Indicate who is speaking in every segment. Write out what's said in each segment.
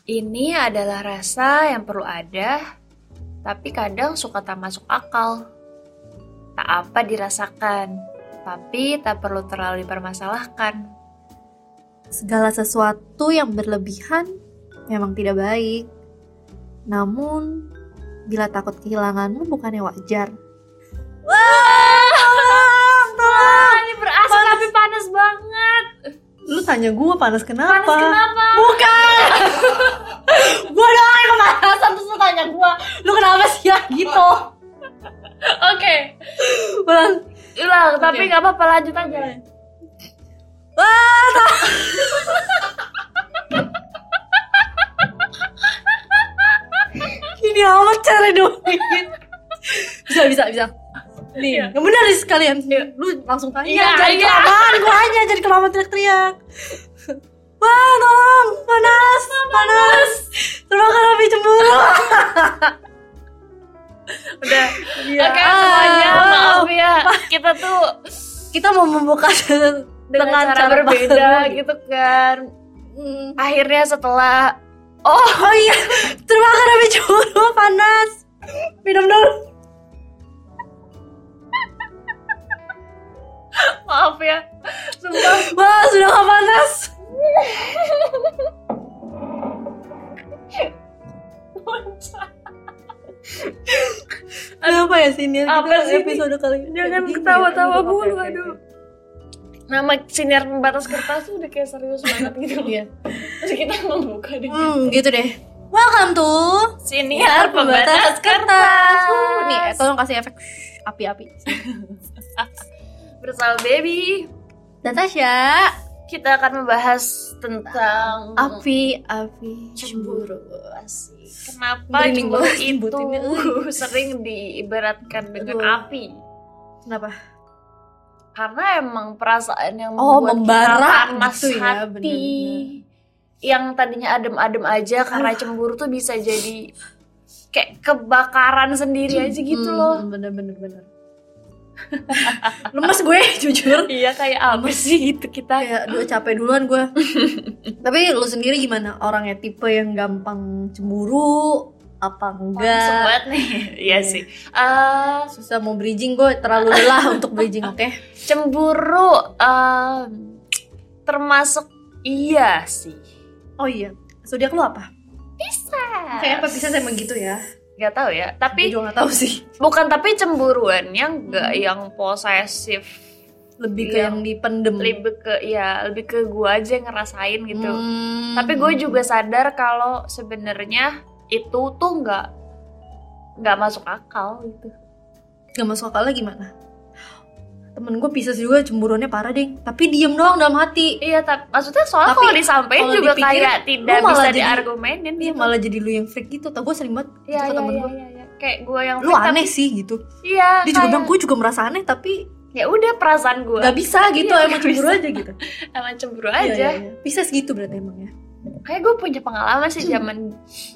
Speaker 1: Ini adalah rasa yang perlu ada, tapi kadang suka tak masuk akal. Tak apa dirasakan, tapi tak perlu terlalu dipermasalahkan.
Speaker 2: Segala sesuatu yang berlebihan memang tidak baik. Namun, bila takut kehilanganmu bukannya wajar.
Speaker 1: Wah, ini berasa tapi panas banget.
Speaker 2: Lu tanya gue panas kenapa?
Speaker 1: Panas kenapa?
Speaker 2: Bukan. Gue doang yang kepanasan terus lu tanya gue, lu kenapa sih ya gitu?
Speaker 1: Oke. Ulang, tapi nggak apa-apa, lanjut aja.
Speaker 2: Wah, ini amat cara doain. Bisa. Nih, yang benar nih sekalian. Lu langsung tanya. Jadi kelamaan, gue aja jadi kelamaan teriak-teriak. Wah, tolong, panas. Terbakar api cemburu.
Speaker 1: Udah. Oke, semuanya maaf ya. Kita mau
Speaker 2: membuka
Speaker 1: dengan cara berbeda gitu kan. Akhirnya setelah oh iya,
Speaker 2: terbakar api cemburu, panas. Minum dulu.
Speaker 1: Maaf ya. Sumpah.
Speaker 2: Wah, sudah gak panas. Apa ya sini episode kali ini?
Speaker 1: Jangan ketawa-tawa mulu, aduh. Nama siniar pembatas kertas tuh udah kayak serius banget gitu. Iya. Terus kita membuka deh.
Speaker 2: Gitu deh. Welcome to
Speaker 1: Siniar Pembatas Kertas.
Speaker 2: Nih, tolong kasih efek api-api.
Speaker 1: Bersama Baby
Speaker 2: dan Tasya,
Speaker 1: kita akan membahas tentang
Speaker 2: api
Speaker 1: cemburu. Asik. Kenapa cemburu itu sering diibaratkan dengan api?
Speaker 2: Kenapa?
Speaker 1: Karena emang perasaan yang membuat kita panas gitu ya, hati bener-bener. Yang tadinya adem-adem aja karena cemburu tuh bisa jadi kayak kebakaran sendiri aja gitu loh.
Speaker 2: Bener. Lemes gue jujur.
Speaker 1: Iya, kayak apa sih gitu kita.
Speaker 2: Kayak capek duluan gue. Tapi lu sendiri gimana? Orangnya tipe yang gampang cemburu apa enggak?
Speaker 1: Sobat nih. Iya sih.
Speaker 2: Susah mau bridging, gue terlalu lelah untuk bridging, oke?
Speaker 1: Cemburu termasuk iya sih.
Speaker 2: Oh iya. Zodiak lu apa?
Speaker 1: Pisces.
Speaker 2: Kayak apa Pisces emang gitu ya?
Speaker 1: Gak tahu ya, tapi
Speaker 2: gue juga gak tahu sih.
Speaker 1: Bukan, tapi cemburuannya gak yang posesif,
Speaker 2: lebih ke yang dipendem,
Speaker 1: lebih ke gue aja yang ngerasain gitu. Tapi gue juga sadar kalau sebenarnya itu tuh nggak masuk akal gitu.
Speaker 2: Gak masuk akal gimana? Temen gue Pisces juga cemburuannya parah deh, tapi diem doang dalam hati.
Speaker 1: Iya, maksudnya soalnya kalau disampaikan juga dipikir, kayak tidak bisa diargumenin.
Speaker 2: Iya, gitu. Malah jadi lu yang freak gitu. Tau gue sering banget
Speaker 1: ke
Speaker 2: temen gue.
Speaker 1: Iya. Kayak gue yang
Speaker 2: lu aneh sih gitu.
Speaker 1: Iya.
Speaker 2: Dia juga bilang gue juga merasa aneh, tapi
Speaker 1: ya udah perasaan gue.
Speaker 2: Gak bisa gitu, emang cemburu aja gitu.
Speaker 1: Emang cemburu aja. Iya.
Speaker 2: Pisces gitu berarti emangnya.
Speaker 1: Kayak gue punya pengalaman sih zaman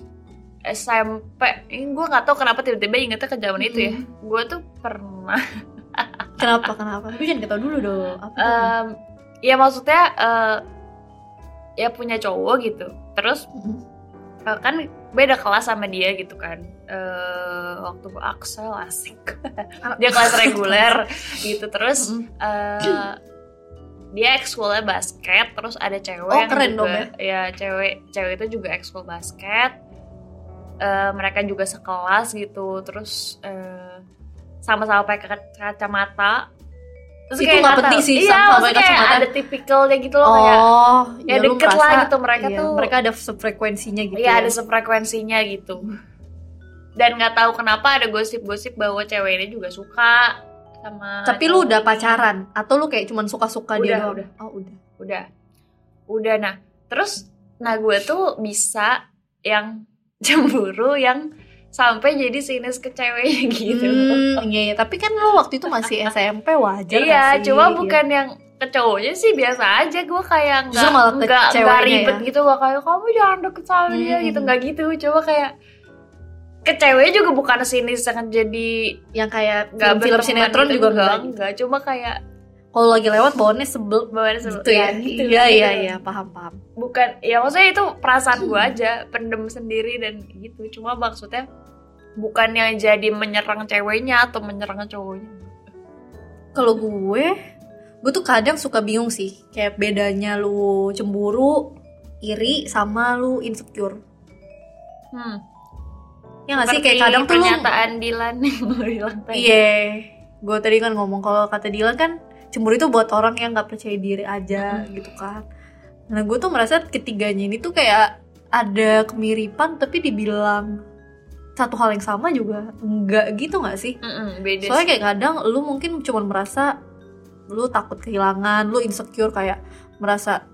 Speaker 1: SMP. Ini gue nggak tahu kenapa tiba-tiba ingetnya ke zaman itu ya. Gue tuh pernah.
Speaker 2: Kenapa? Tapi jangan ketahui dulu dong.
Speaker 1: Ya maksudnya ya punya cowok gitu. Terus kan beda kelas sama dia gitu kan. Waktu gue Axel asik. Dia kelas reguler gitu. Terus dia ekskulnya basket. Terus ada cewek yang
Speaker 2: keren
Speaker 1: juga
Speaker 2: dong,
Speaker 1: ya cewek itu juga ekskul basket. Mereka juga sekelas gitu. Terus sama-sama pakai kacamata. Terus
Speaker 2: itu nggak penting sih,
Speaker 1: sama pakai kacamata. Ada tipikalnya gitu loh, kayak ya deket lah gitu mereka tuh.
Speaker 2: Mereka ada sefrekuensinya gitu.
Speaker 1: Iya, ada sefrekuensinya gitu. Dan nggak tahu kenapa ada gosip-gosip bahwa cewek ini juga suka sama.
Speaker 2: Tapi lu udah pacaran atau lu kayak cuman suka-suka dia doang?
Speaker 1: Udah. Nah, terus gue tuh bisa yang cemburu yang sampai jadi sinis ke ceweknya gitu.
Speaker 2: Iya, tapi kan lu waktu itu masih SMP, wajar.
Speaker 1: Iya, cuma bukan yang ke cowoknya sih biasa aja. Gue kayak nggak ribet ya? Gitu. Gue kayak kamu jangan deket sama dia gitu, nggak gitu. Coba kayak ke ceweknya juga bukan sinis yang jadi
Speaker 2: yang kayak
Speaker 1: film sinetron
Speaker 2: juga
Speaker 1: enggak. Cuma kayak
Speaker 2: Kalau lagi lewat bawaannya sebel gitu ya.
Speaker 1: Gitu.
Speaker 2: Iya, paham.
Speaker 1: Bukan, ya maksudnya itu perasaan gue aja, pendem sendiri dan gitu. Cuma maksudnya bukan yang jadi menyerang ceweknya atau menyerang cowoknya.
Speaker 2: Kalau gue tuh kadang suka bingung sih, kayak bedanya lu cemburu, iri sama lu insecure. Ya nggak sih, kayak kadang tuh
Speaker 1: pernyataan Dilan yang gue bilang tadi.
Speaker 2: Iya, gue tadi kan ngomong kalau kata Dilan kan cemburu itu buat orang yang nggak percaya diri aja gitu kan. Nah gue tuh merasa ketiganya ini tuh kayak ada kemiripan tapi dibilang satu hal yang sama juga enggak gitu nggak sih?
Speaker 1: Beda.
Speaker 2: Soalnya kayak kadang lu mungkin cuma merasa lu takut kehilangan, lu insecure, kayak merasa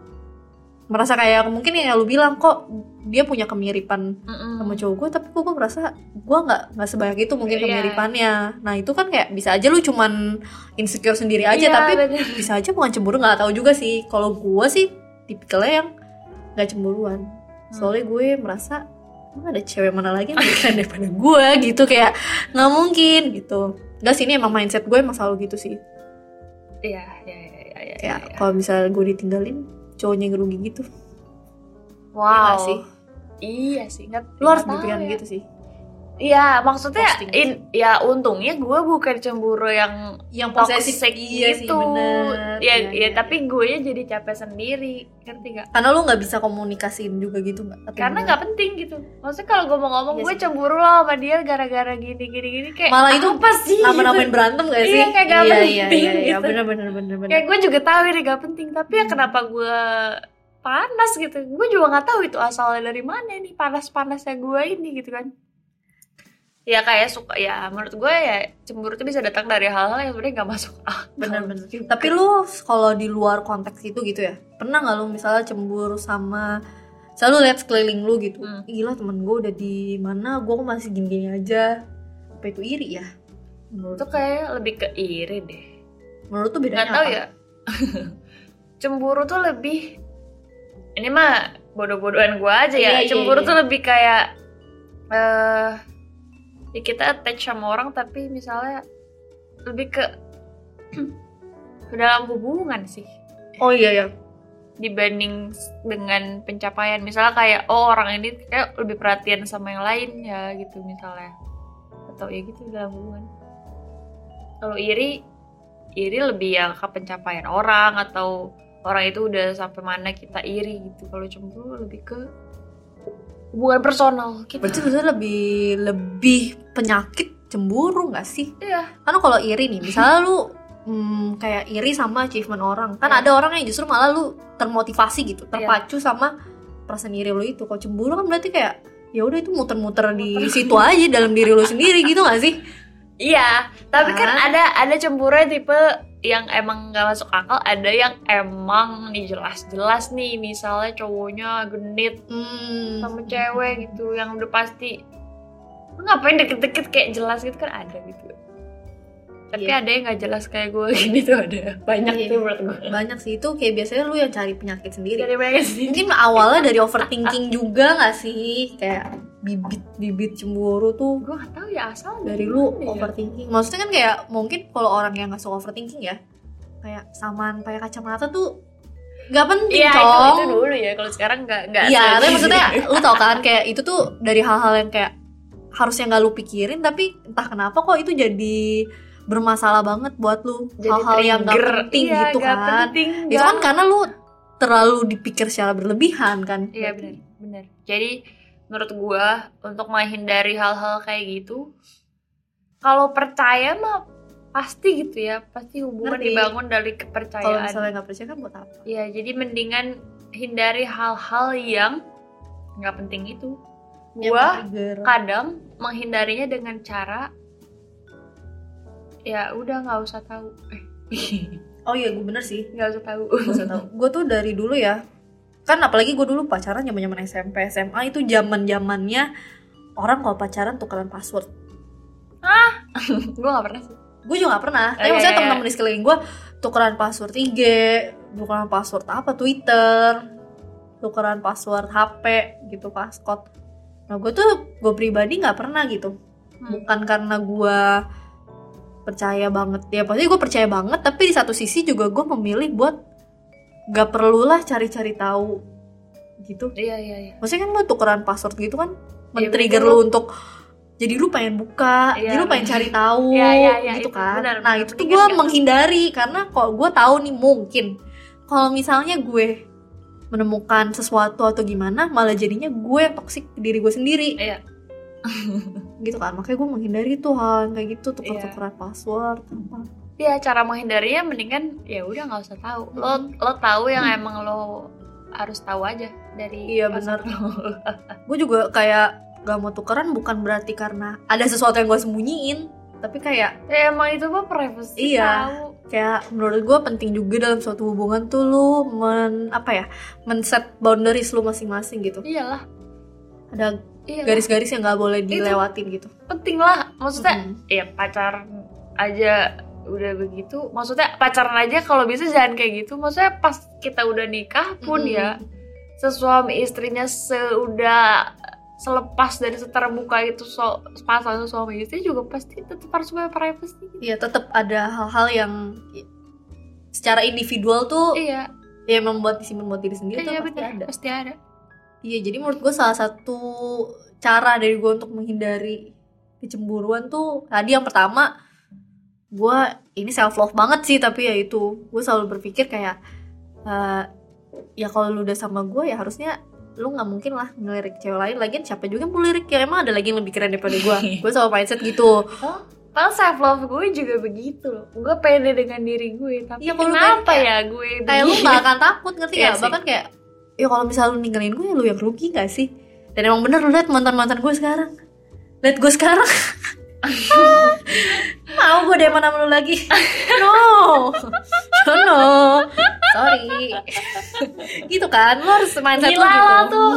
Speaker 2: kayak mungkin yang lu bilang kok dia punya kemiripan sama cowok gue, tapi gue merasa gue nggak sebanyak itu mungkin kemiripannya. Nah itu kan kayak bisa aja lu cuman insecure sendiri aja, tapi bisa aja bukan cemburu, nggak tahu juga sih. Kalau gue sih tipikalnya yang nggak cemburuan, soalnya gue merasa ada cewek mana lagi yang lebih keren daripada gue gitu, kayak nggak mungkin gitu. Nggak sih, ini emang mindset gue emang selalu gitu sih.
Speaker 1: Iya.
Speaker 2: Kayak kalau misalnya gue ditinggalin cowoknya yang rugi gitu.
Speaker 1: Wow.
Speaker 2: Iya sih.
Speaker 1: Iya sih.
Speaker 2: Lu harus berpikiran gitu sih.
Speaker 1: Iya, maksudnya ya untungnya gue bukan cemburu yang
Speaker 2: posesif
Speaker 1: gitu.
Speaker 2: Sih, bener.
Speaker 1: Ya, tapi gue nya jadi capek sendiri, ngerti gak?
Speaker 2: Karena lu nggak bisa komunikasiin juga gitu nggak?
Speaker 1: Karena nggak penting gitu. Maksudnya kalau gue mau ngomong gue cemburu loh sama dia gara-gara gini kayak
Speaker 2: malah itu
Speaker 1: apa sih?
Speaker 2: Nama-namain berantem gak sih?
Speaker 1: Iya, kayak gak penting.
Speaker 2: Iya, bener.
Speaker 1: Kayak gue juga tahu ini gak penting, tapi ya kenapa gue panas gitu? Gue juga nggak tahu itu asalnya dari mana nih panas-panasnya gue ini gitu kan? Ya kayak suka, ya menurut gue ya cemburu tuh bisa datang dari hal-hal yang sebenarnya nggak masuk
Speaker 2: bener. Tapi lu kalau di luar konteks itu gitu ya, pernah nggak lu misalnya cemburu sama, selalu lihat sekeliling lu gitu, gila temen gue udah di mana, gue masih gini-gini aja, apa itu iri ya?
Speaker 1: Menurut tuh kayak lebih ke iri deh.
Speaker 2: Menurut tuh bedanya
Speaker 1: nggak tahu
Speaker 2: apa?
Speaker 1: Ya cemburu tuh lebih, ini mah bodoh-bodohan gue aja ya. Cemburu tuh lebih kayak ya kita attach sama orang tapi misalnya lebih ke dalam hubungan sih.
Speaker 2: Oh iya.
Speaker 1: Dibanding dengan pencapaian, misalnya kayak orang ini kayak lebih perhatian sama yang lain ya gitu misalnya, atau ya gitu dalam hubungan. Kalau iri lebih ya ke pencapaian orang atau orang itu udah sampai mana kita iri gitu. Kalau cemburu lebih ke hubungan personal gitu.
Speaker 2: Berarti lebih penyakit cemburu nggak sih?
Speaker 1: Iya.
Speaker 2: Karena kalau iri nih, misalnya lu kayak iri sama achievement orang, kan ada orang yang justru malah lu termotivasi gitu, terpacu sama perasaan iri lu itu. Kalau cemburu kan berarti kayak ya udah itu muter-muter di situ aja dalam diri lu sendiri gitu nggak sih?
Speaker 1: Iya, tapi kan ada cemburu tipe yang emang nggak masuk akal, ada yang emang nih jelas-jelas nih, misalnya cowoknya genit sama cewek gitu, yang udah pasti ngapain deket-deket kayak jelas gitu kan ada gitu. Tapi ada yang nggak jelas kayak gue gini tuh ada banyak tuh menurut gue.
Speaker 2: Banyak sih, itu kayak biasanya lu yang cari penyakit sendiri.
Speaker 1: Mungkin
Speaker 2: awalnya dari overthinking juga nggak sih, kayak bibit cemburu tuh
Speaker 1: gue nggak tahu ya asal
Speaker 2: dari lu overthinking. Maksudnya kan kayak mungkin kalau orang yang nggak suka overthinking ya, kayak samaan pakai kacamata tuh nggak penting,
Speaker 1: itu dulu ya. Kalau sekarang nggak.
Speaker 2: Iya, tapi maksudnya lu tau kan kayak itu tuh dari hal-hal yang kayak harusnya nggak lu pikirin, tapi entah kenapa kok itu jadi bermasalah banget buat lu, hal-hal yang nggak penting gitu kan. Itu kan karena lu terlalu dipikir secara berlebihan kan.
Speaker 1: Iya benar. Jadi menurut gue untuk menghindari hal-hal kayak gitu, kalau percaya mah pasti gitu ya, pasti hubungan dibangun dari kepercayaan.
Speaker 2: Kalau misalnya nggak percaya kan buat apa?
Speaker 1: Iya, jadi mendingan hindari hal-hal yang nggak penting itu. Gue kadang menghindarinya dengan cara ya udah nggak usah tahu.
Speaker 2: Oh iya, gue bener sih,
Speaker 1: nggak usah tahu.
Speaker 2: Gue tuh dari dulu ya, kan apalagi gue dulu pacaran zaman SMP SMA, itu zamannya orang kalau pacaran tukeran password.
Speaker 1: Gue nggak pernah sih.
Speaker 2: Gue juga nggak pernah. Tapi maksudnya temen-temen di sekeliling gue tukeran password IG, tukeran password Twitter, tukeran password HP gitu, passcode. Nah gue pribadi nggak pernah gitu. Bukan karena gue percaya banget. Ya pasti gue percaya banget, tapi di satu sisi juga gue memilih buat gak perlulah cari-cari tahu gitu.
Speaker 1: Iya.
Speaker 2: Maksudnya kan lu tukeran password gitu kan men-trigger
Speaker 1: betul.
Speaker 2: lu untuk jadi lu pengen buka, jadi lu pengen cari tahu gitu
Speaker 1: itu,
Speaker 2: kan.
Speaker 1: benar,
Speaker 2: Nah itu tuh gue menghindari, karena kalau gue tahu nih mungkin kalau misalnya gue menemukan sesuatu atau gimana, malah jadinya gue yang toksik ke diri gue sendiri.
Speaker 1: Iya.
Speaker 2: Gitu kan, makanya gue menghindari tuh hal kayak gitu, tuker-tukeran password apa.
Speaker 1: Iya, cara menghindarinya mendingan ya udah nggak usah tahu. Lo tahu yang emang lo harus tahu aja dari.
Speaker 2: Iya benar. Gue juga kayak gak mau tukeran bukan berarti karena ada sesuatu yang gue sembunyiin, tapi kayak
Speaker 1: ya emang itu mah privacy.
Speaker 2: Iya.
Speaker 1: Tahu.
Speaker 2: Kayak menurut gue penting juga dalam suatu hubungan tuh lu men-set boundaries lu masing-masing gitu.
Speaker 1: Iyalah.
Speaker 2: Ada garis-garis yang nggak boleh dilewatin gitu.
Speaker 1: Penting lah, maksudnya ya pacaran aja udah begitu, maksudnya pacaran aja kalau bisa jangan kayak gitu. Maksudnya pas kita udah nikah pun ya sesuami istrinya selepas dari seterbuka itu pasangan suami istri juga pasti tetap harus punya privacy.
Speaker 2: Iya, tetap ada hal-hal yang secara individual tuh ya membuat disimpan buat diri sendiri tuh
Speaker 1: pasti ada.
Speaker 2: Iya, jadi menurut gue salah satu cara dari gue untuk menghindari kecemburuan tuh tadi yang pertama, gue ini self love banget sih, tapi ya itu gue selalu berpikir kayak ya kalau lu udah sama gue ya harusnya lu nggak mungkin lah ngelirik cewek lain, lagian siapa juga yang mau lirik, ya emang ada lagi yang lebih keren daripada gue selalu mindset gitu.
Speaker 1: Padahal self love gue juga begitu loh, gue pede dengan diri gue, tapi ya, kenapa ya gue
Speaker 2: kayak lu gak akan takut, ngerti gak? Bahkan kayak ya kalau misalnya lu ninggalin gue ya lu yang rugi gak sih? Dan emang bener lu liat mantan-mantan gue sekarang, liat gue sekarang mau gue deh mana lu lagi? No, sorry. Gitu kan, lu harus mindset lu gitu
Speaker 1: tuh.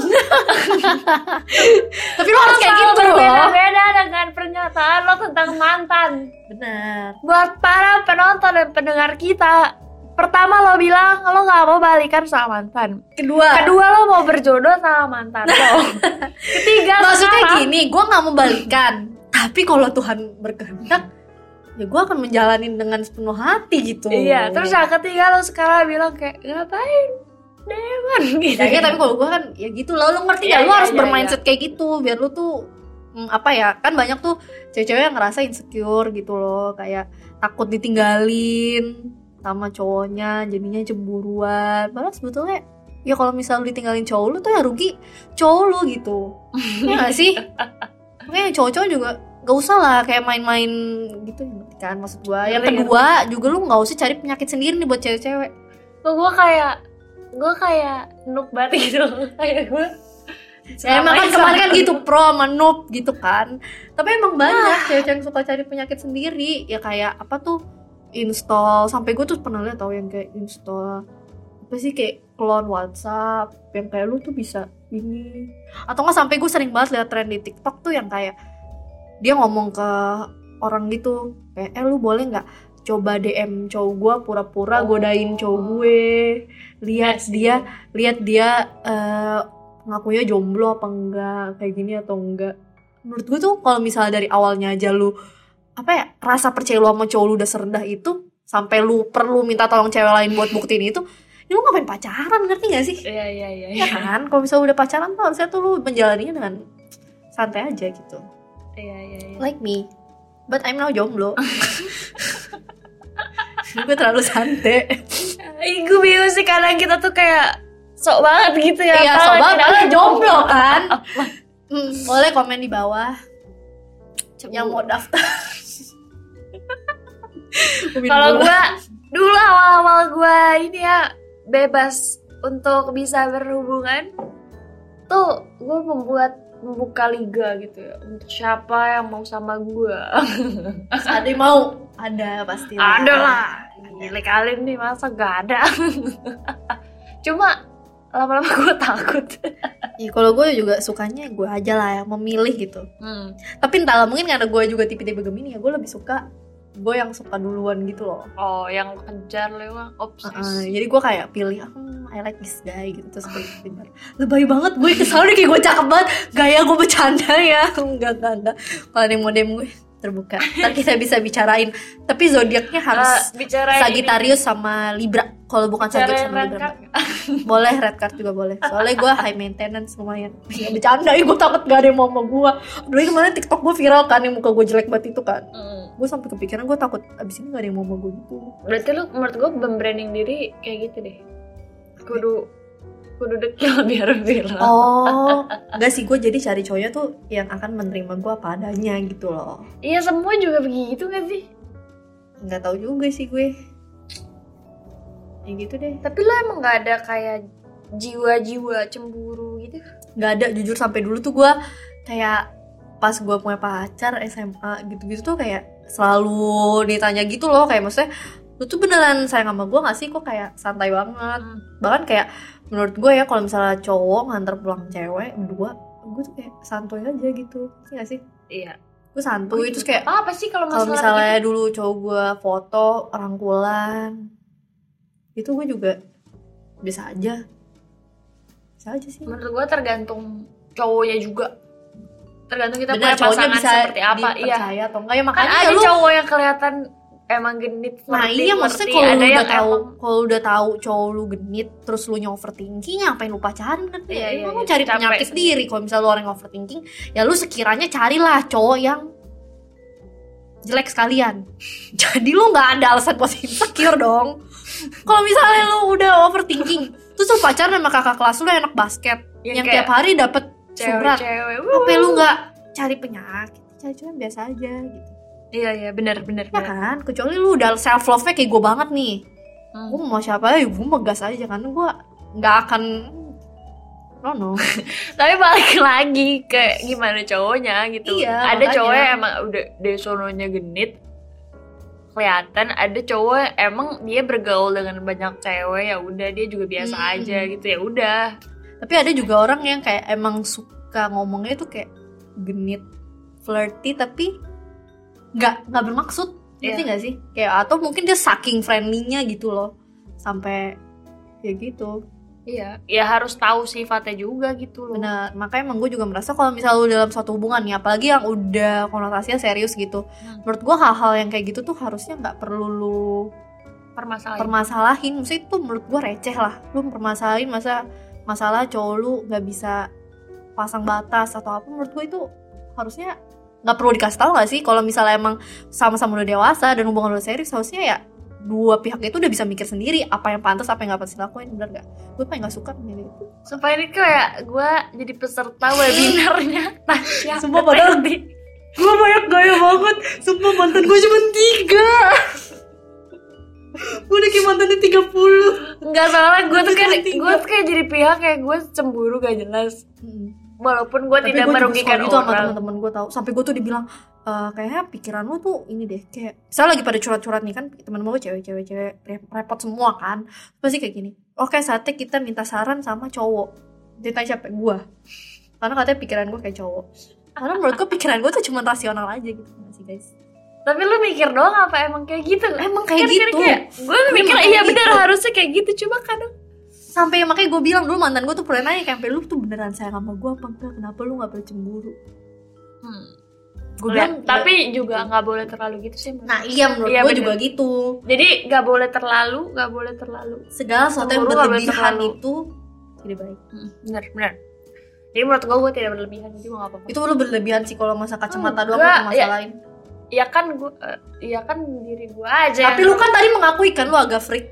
Speaker 2: Tapi lu harus kayak gitu loh.
Speaker 1: Beda dengan pernyataan lo tentang mantan.
Speaker 2: Benar.
Speaker 1: Buat para penonton dan pendengar kita, pertama lo bilang lo gak mau balikan sama mantan. Kedua lo mau berjodoh sama mantan lo. Ketiga
Speaker 2: maksudnya gini, gue gak mau balikan, tapi kalau Tuhan berkehendak ya gue akan menjalanin dengan sepenuh hati gitu.
Speaker 1: Iya, terus yang ketiga lo sekarang bilang kayak ngapain Dewan gitu.
Speaker 2: Ya, tapi kalau gue kan ya gitu lo ngerti gak? Lo harus bermindset kayak gitu biar lo tuh kan banyak tuh cewek-cewek yang ngerasa insecure gitu loh, kayak takut ditinggalin sama cowoknya, jadinya cemburuan. Padahal sebetulnya ya kalau misal lu ditinggalin cowok lu tuh ya rugi cowok lu gitu. Ya gak sih? Makanya cowok-cowok juga gak usah lah kayak main-main gitu kan, maksud gue. Yang kedua juga lu gak usah cari penyakit sendiri nih buat cewek-cewek.
Speaker 1: Gue kayak noob banget gitu. Kayak gue
Speaker 2: emang kan kemarin kan gitu pro sama noob gitu kan. Tapi emang banyak cewek yang suka cari penyakit sendiri. Ya kayak apa tuh, install, sampai gue tuh pernah lihat tau yang kayak install apa sih, kayak clone WhatsApp yang kayak lu tuh bisa ini. Atau nggak, sampai gue sering banget lihat tren di TikTok tuh yang kayak dia ngomong ke orang gitu kayak lu boleh nggak coba DM cowok gue pura-pura godain cowok gue, lihat dia ngakunya jomblo apa enggak, kayak gini atau enggak. Menurut gue tuh kalau misalnya dari awalnya aja lu rasa percaya lu sama cowok lu udah serendah itu sampai lu perlu minta tolong cewek lain buat buktiin itu, ya lu ngapain pacaran, ngerti gak sih?
Speaker 1: Iya.
Speaker 2: Ya kan, kalau misalnya udah pacaran tuh harusnya tuh lu menjalaninya dengan santai aja gitu.
Speaker 1: Iya.
Speaker 2: Like me, but I'm now jomblo. Gue terlalu santai.
Speaker 1: Gue bingung sih, kadang kita tuh kayak sok banget gitu ya.
Speaker 2: Iya, sok banget, padahal jomblo kan. Boleh komen di bawah yang mau daftar.
Speaker 1: Kalau gue dulu awal-awal gue ini ya bebas untuk bisa berhubungan tuh, gue membuka liga gitu ya, untuk siapa yang mau sama gue.
Speaker 2: Ada yang mau? Ada pasti.
Speaker 1: Ada lah. Gila kali nih, masa gak ada. Cuma lama-lama gue takut.
Speaker 2: Ya kalau gue juga sukanya gue aja lah yang memilih gitu. Tapi entahlah, mungkin karena gue juga tipe-tipe Gemini ya, gue lebih suka gue yang suka duluan gitu loh.
Speaker 1: Oh, yang kejar lewat obsesi.
Speaker 2: Jadi gue kayak pilih I like this guy gitu, terus gue pintar. Lebay banget gue, kesannya kayak gue cakep banget, gaya gue bercanda ya. Enggak. Kalau ada yang mau DM gue, terbuka. Ntar kita bisa bicarain. Tapi zodiaknya harus Sagittarius sama Libra. Kalau bukan Sagittarius sama Libra. Boleh red card juga boleh. Soalnya gue high maintenance lumayan. Ya bercanda ya, gue takut gak ada yang mau sama gue. Dulu kemarin TikTok gue viral kan, yang muka gue jelek banget itu kan. Gue sampai kepikiran gue takut abis ini gak ada yang mau sama gue gitu.
Speaker 1: Berarti lu menurut gue membranding diri kayak gitu deh. Kudu dekil biar viral.
Speaker 2: Oh, enggak sih, gue jadi cari cowoknya tuh yang akan menerima gue apa adanya gitu loh.
Speaker 1: Iya, semua juga begitu gak sih?
Speaker 2: Nggak tahu juga sih gue. Ya gitu deh.
Speaker 1: Tapi lo emang gak ada kayak jiwa-jiwa cemburu gitu?
Speaker 2: Nggak ada, jujur sampai dulu tuh gue kayak pas gue punya pacar SMA gitu-gitu tuh kayak selalu ditanya gitu loh, kayak maksudnya lu tuh beneran sayang sama gue gak sih? Kok kayak santai banget. Bahkan kayak menurut gue ya, kalau misalnya cowok nganter pulang cewek berdua, gue tuh kayak santuy aja gitu. Iya gak sih?
Speaker 1: Iya,
Speaker 2: gue santuy. Terus kayak
Speaker 1: apa sih kalau
Speaker 2: misalnya gitu, dulu cowok gue foto rangkulan itu gue juga biasa aja sih.
Speaker 1: Menurut gue tergantung cowoknya juga, tergantung kita
Speaker 2: punya
Speaker 1: pasangan
Speaker 2: bisa
Speaker 1: seperti apa.
Speaker 2: Iya, atau enggak ya,
Speaker 1: kan
Speaker 2: makanya
Speaker 1: ada cowok yang kelihatan emang genit.
Speaker 2: Nah iya, maksudnya kalau udah tahu cowok lu genit terus lu overthinking, ngapain lu pacaran kan? Iya, lu cari penyakit diri. Kalau misalnya lu orang yang overthinking, ya lu sekiranya carilah cowok yang jelek sekalian. Jadi lu nggak ada alasan buat insecure dong. Kalau misalnya lu udah overthinking, terus lu pacaran sama kakak kelas lu yang anak basket, yang tiap hari dapet surat, tapi lu nggak cari penyakit, cari cowok biasa aja gitu.
Speaker 1: Iya benar.
Speaker 2: Ya kan, kecuali lu udah self love-nya kayak gue banget nih. Gue mau siapa ya gue megas aja, karena gue nggak akan no.
Speaker 1: Tapi balik lagi ke gimana cowoknya gitu.
Speaker 2: Iya,
Speaker 1: ada
Speaker 2: makanya.
Speaker 1: cowok yang emang udah dari sononya genit kelihatan, ada cowok yang emang dia bergaul dengan banyak cewek, ya udah dia juga biasa aja gitu, ya udah.
Speaker 2: Tapi ada juga orang yang kayak emang suka ngomongnya tuh kayak genit, flirty, tapi nggak bermaksud, ngerti nggak sih? Kayak atau mungkin dia saking friendly-nya gitu loh, sampai kayak gitu.
Speaker 1: Iya, ya harus tahu sifatnya juga gitu loh.
Speaker 2: Benar, makanya emang gue juga merasa kalau misalnya lu dalam suatu hubungan nih, apalagi yang udah konotasinya serius gitu, menurut gue hal-hal yang kayak gitu tuh harusnya nggak perlu lu permasalahin. Maksudnya itu menurut gue receh lah, lu permasalahin masalah cowok lu nggak bisa pasang batas atau apa. Menurut gue itu harusnya nggak perlu dikasih tahu nggak sih? Kalau misalnya emang sama-sama udah dewasa dan hubungan udah serius, harusnya ya dua pihak itu udah bisa mikir sendiri apa yang pantas, apa yang nggak pantas dilakuin. Bener nggak? Gue paling nggak suka gitu.
Speaker 1: Supaya ini kayak gue jadi peserta webinarnya Tasya.
Speaker 2: Sumpah padahal gue banyak gaya banget. Sumpah mantan gue cuma 3. Gue udah kayak mantannya 30.
Speaker 1: Enggak, soalnya gue tuh kayak jadi pihak kayak gue cemburu gak jelas. Walaupun gue tidak merugikan
Speaker 2: gitu sama teman-teman gue tahu. Sampai gue tuh dibilang kayaknya pikiran lo tuh ini deh, kayak misalnya lagi pada curhat-curhat nih kan, teman gue cewek repot semua kan, pasti kayak gini. Oke, saatnya kita minta saran sama cowok. Ditanya siapa? Gue. Karena katanya pikiran gue kayak cowok. Karena menurut gue pikiran gue tuh cuma rasional aja gitu sih guys.
Speaker 1: Tapi lu mikir doang apa emang kayak gitu?
Speaker 2: Emang kayak gitu.
Speaker 1: Gue mikir iya bener harusnya kayak gitu, cuma kadang
Speaker 2: sampai makanya gue bilang dulu mantan gue tuh pernah nanya kayak, lu tuh beneran sayang sama gue apa enggak? Kenapa lu nggak bercemburu? Gue bilang
Speaker 1: tapi juga nggak boleh terlalu gitu sih.
Speaker 2: Nah iya, menurut gue juga gitu.
Speaker 1: Jadi nggak boleh terlalu.
Speaker 2: Segala sesuatu yang berlebihan itu tidak baik.
Speaker 1: Benar. Jadi menurut gue tidak berlebihan, jadi gue nggak apa-apa.
Speaker 2: Itu lu berlebihan sih kalau masa kacamata doang lu masalahin.
Speaker 1: Iya kan diri gue aja.
Speaker 2: Tapi lu kan tadi mengakui kan lu agak freak.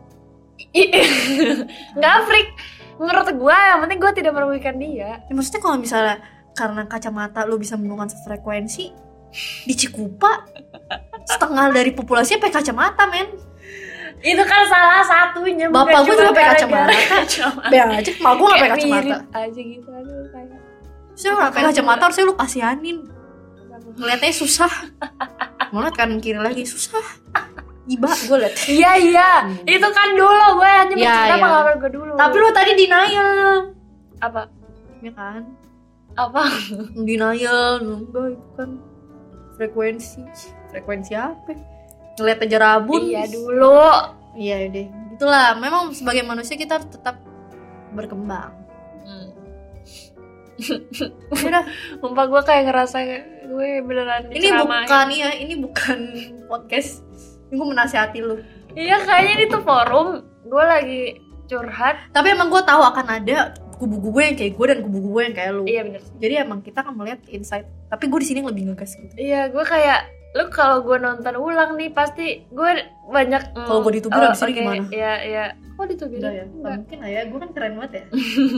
Speaker 1: Nggak freak. Menurut gue yang penting gue tidak merugikan dia.
Speaker 2: Ya, maksudnya kalau misalnya karena kacamata lu bisa menemukan sefrekuensi, di Cikupa setengah dari populasinya pakai kacamata, men.
Speaker 1: Itu kan salah satunya.
Speaker 2: Bapak gue juga pakai kacamata. Biar aja, mak gue nggak pakai kacamata.
Speaker 1: Aja gitu, aduh kayak.
Speaker 2: Saya nggak pakai kacamata, harusnya lu kasihanin. Ngeliatnya susah. Ngeliat kanan kiri lagi susah. Iba gue liat.
Speaker 1: Iya. Itu kan dulu gue hanya bercerita pengalaman gue dulu.
Speaker 2: Tapi lu tadi denial.
Speaker 1: Apa?
Speaker 2: Ya kan?
Speaker 1: Apa?
Speaker 2: Denial. Enggak, itu kan frekuensi apa? Ngeliat aja rabun.
Speaker 1: Iya dulu.
Speaker 2: Iya deh. Itulah. Memang sebagai manusia kita harus tetap berkembang. Udah.
Speaker 1: Sumpah gue kayak ngerasa gue beneran diceramahin.
Speaker 2: Ini bukan podcast. Ini gue menasihati lu.
Speaker 1: Iya, kayaknya ini tuh forum gue lagi curhat.
Speaker 2: Tapi emang gue tahu akan ada kubu gue yang kayak gue dan kubu gue yang kayak lu.
Speaker 1: Iya bener.
Speaker 2: Jadi emang kita kan melihat insight. Tapi gue di sini lebih ngegas gitu.
Speaker 1: Iya, gue kayak lu kalau gue nonton ulang nih pasti gue banyak.
Speaker 2: Kalau gue ditubir abis ini gimana?
Speaker 1: Iya. Kok ditubir?
Speaker 2: Ya? Mungkin lah ya, gue kan keren banget ya.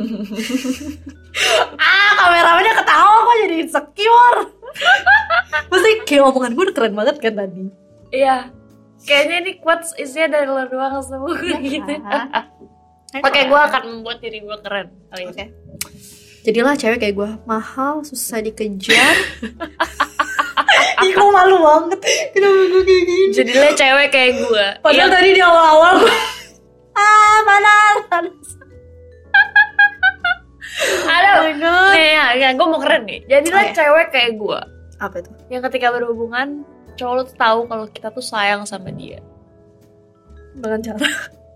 Speaker 2: Kameramennya ketawa kok jadi insecure. Pasti kayak omongan gue udah keren banget kan tadi.
Speaker 1: Iya. Kayaknya ini quotes isinya dari lo doang semua gitu. Oke, gue akan membuat diri gue keren.
Speaker 2: Oke. Jadilah cewek kayak gue, mahal, susah dikejar. Ih, kok malu banget. Kenapa gue kayak gini?
Speaker 1: Jadilah cewek kayak gue.
Speaker 2: Padahal tadi di awal-awal gue panas.
Speaker 1: Aduh, nih ya, gue mau keren nih. Jadilah cewek kayak gue.
Speaker 2: Apa itu?
Speaker 1: Yang ketika berhubungan, cowok lo tuh tahu kalau kita tuh sayang sama dia.
Speaker 2: Dengan cara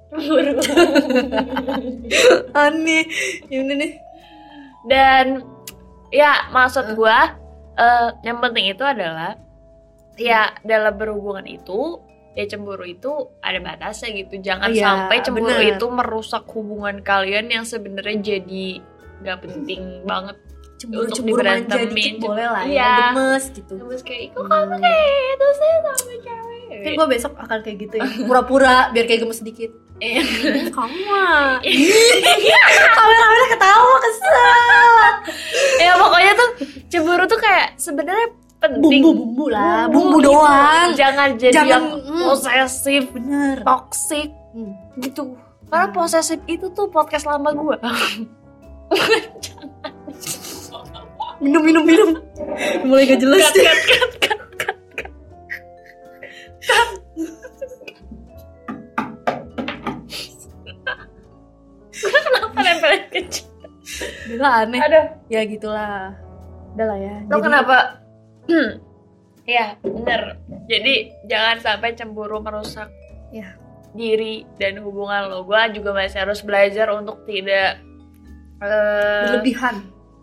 Speaker 2: aneh. Gimana nih?
Speaker 1: Dan ya maksud gue, yang penting itu adalah ya dalam berhubungan itu ya cemburu itu ada batasnya gitu. Jangan sampai cemburu itu merusak hubungan kalian yang sebenarnya jadi gak penting banget.
Speaker 2: Cemburu manja dikit boleh lah ya, gemes gitu.
Speaker 1: Gemes kayak, kok kamu kayak itu sih sama cewek.
Speaker 2: Mungkin gue besok akan kayak gitu ya, pura-pura biar kayak gemes sedikit. Kamu mah kamera ketawa, kesel.
Speaker 1: Ya pokoknya tuh cemburu tuh kayak sebenarnya penting.
Speaker 2: Bumbu lah, bumbu doang.
Speaker 1: Jangan jadi yang posesif,
Speaker 2: bener,
Speaker 1: toxic gitu. Karena posesif itu tuh podcast lama gue.
Speaker 2: Minum. Mulai gak jelas deh.
Speaker 1: Kenapa nempelin kecil?
Speaker 2: Udah aneh.
Speaker 1: Aduh.
Speaker 2: Ya gitulah. Udah lah ya.
Speaker 1: Lo kenapa? Ya bener. Jadi jangan sampai cemburu merusak diri dan hubungan lo. Gue juga masih harus belajar untuk tidak
Speaker 2: berlebihan.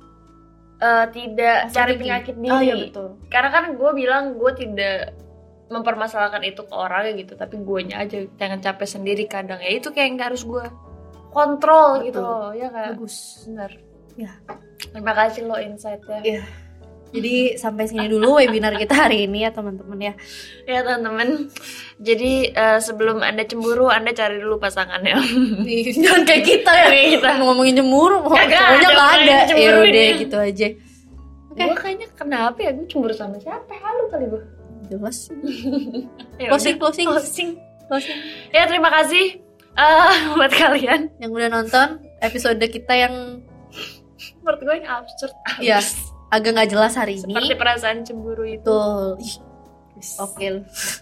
Speaker 1: Tidak cari penyakit diri.
Speaker 2: Oh iya betul.
Speaker 1: Karena kan gue bilang gue tidak mempermasalahkan itu ke orang gitu, tapi guenya aja jangan capek sendiri kadang. Ya itu kayak nggak harus gue kontrol. Betul. Gitu loh, ya kan?
Speaker 2: Bagus.
Speaker 1: Bener.
Speaker 2: Ya.
Speaker 1: Terima kasih lo insight-nya.
Speaker 2: Iya. Jadi sampai sini dulu webinar kita hari ini ya teman-teman ya.
Speaker 1: Ya teman-teman. Jadi sebelum Anda cemburu, Anda cari dulu pasangannya.
Speaker 2: Jangan kayak kita ya. Kita ngomongin cemburu, pokoknya nggak ada. Ya udah gitu aja.
Speaker 1: Gue kayaknya kenapa ya, gue cemburu sama siapa? Halu kali gue.
Speaker 2: Jelas.
Speaker 1: Closing. Ya terima kasih buat kalian
Speaker 2: yang udah nonton episode kita yang
Speaker 1: menurut gue ini absurd.
Speaker 2: Iya. Agak nggak jelas hari ini.
Speaker 1: Seperti perasaan cemburu itu.
Speaker 2: Oke.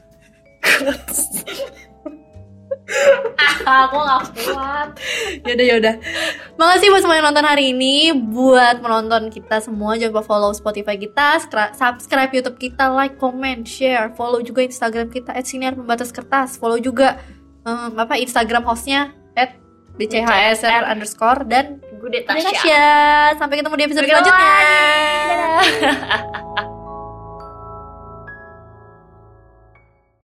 Speaker 2: Aku nggak kuat. Yaudah. Makasih buat semua yang nonton hari ini. Buat menonton kita semua, jangan lupa follow Spotify kita, subscribe YouTube kita, like, comment, share, follow juga Instagram kita @siniarpembataskertas, follow juga Instagram hostnya @dchsr_ dan
Speaker 1: Gue Tasya.
Speaker 2: Sampai ketemu di episode selanjutnya.